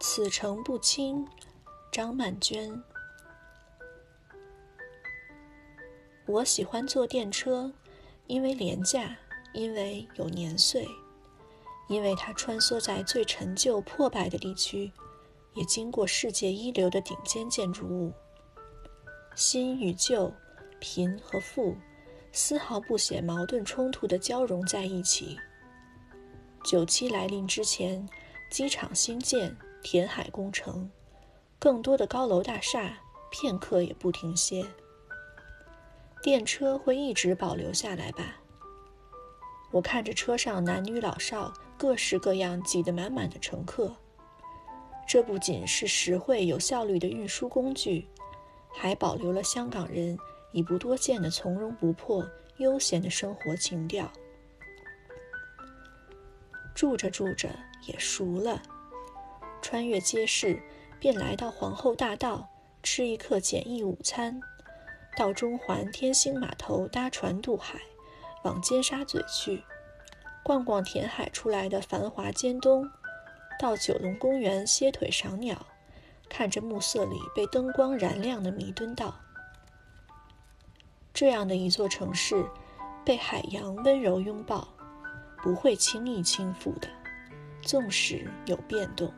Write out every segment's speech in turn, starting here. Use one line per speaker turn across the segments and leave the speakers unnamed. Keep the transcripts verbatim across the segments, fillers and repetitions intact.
此诚不轻，张曼娟。我喜欢坐电车，因为廉价，因为有年岁，因为它穿梭在最陈旧破败的地区，也经过世界一流的顶尖建筑物。新与旧，贫和富，丝毫不显矛盾冲突地交融在一起。九七来临之前，机场新建，填海工程，更多的高楼大厦，片刻也不停歇。电车会一直保留下来吧？我看着车上男女老少各式各样挤得满满的乘客，这不仅是实惠有效率的运输工具，还保留了香港人已不多见的从容不迫、悠闲的生活情调。住着住着也熟了，穿越街市，便来到皇后大道吃一客简易午餐，到中环天星码头搭船渡海，往尖沙咀去，逛逛填海出来的繁华尖东，到九龙公园歇腿赏鸟，看着暮色里被灯光燃亮的弥敦道。这样的一座城市，被海洋温柔拥抱，不会轻易倾覆的，纵使有变动。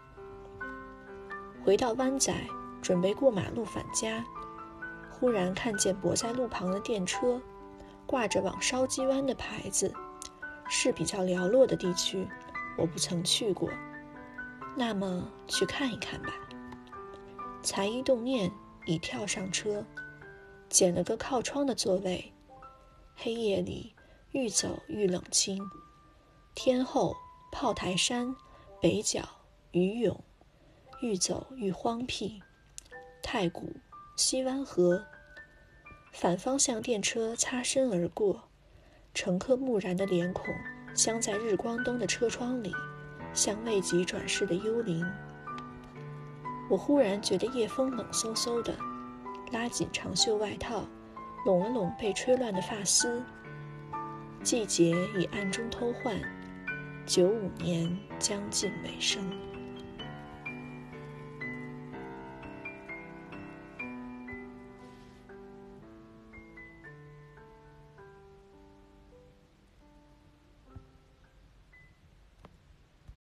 回到湾仔，准备过马路返家，忽然看见泊在路旁的电车，挂着往烧鸡湾的牌子，是比较寥落的地区，我不曾去过，那么去看一看吧。才一动念，已跳上车，捡了个靠窗的座位。黑夜里愈走愈冷清，天后、炮台山、北角、渔涌，愈走愈荒僻。太古、西湾河，反方向电车擦身而过，乘客木然的脸孔镶在日光灯的车窗里，像未及转世的幽灵。我忽然觉得夜风冷飕飕的，拉紧长袖外套，拢了拢被吹乱的发丝。季节已暗中偷换，九五年将近尾声。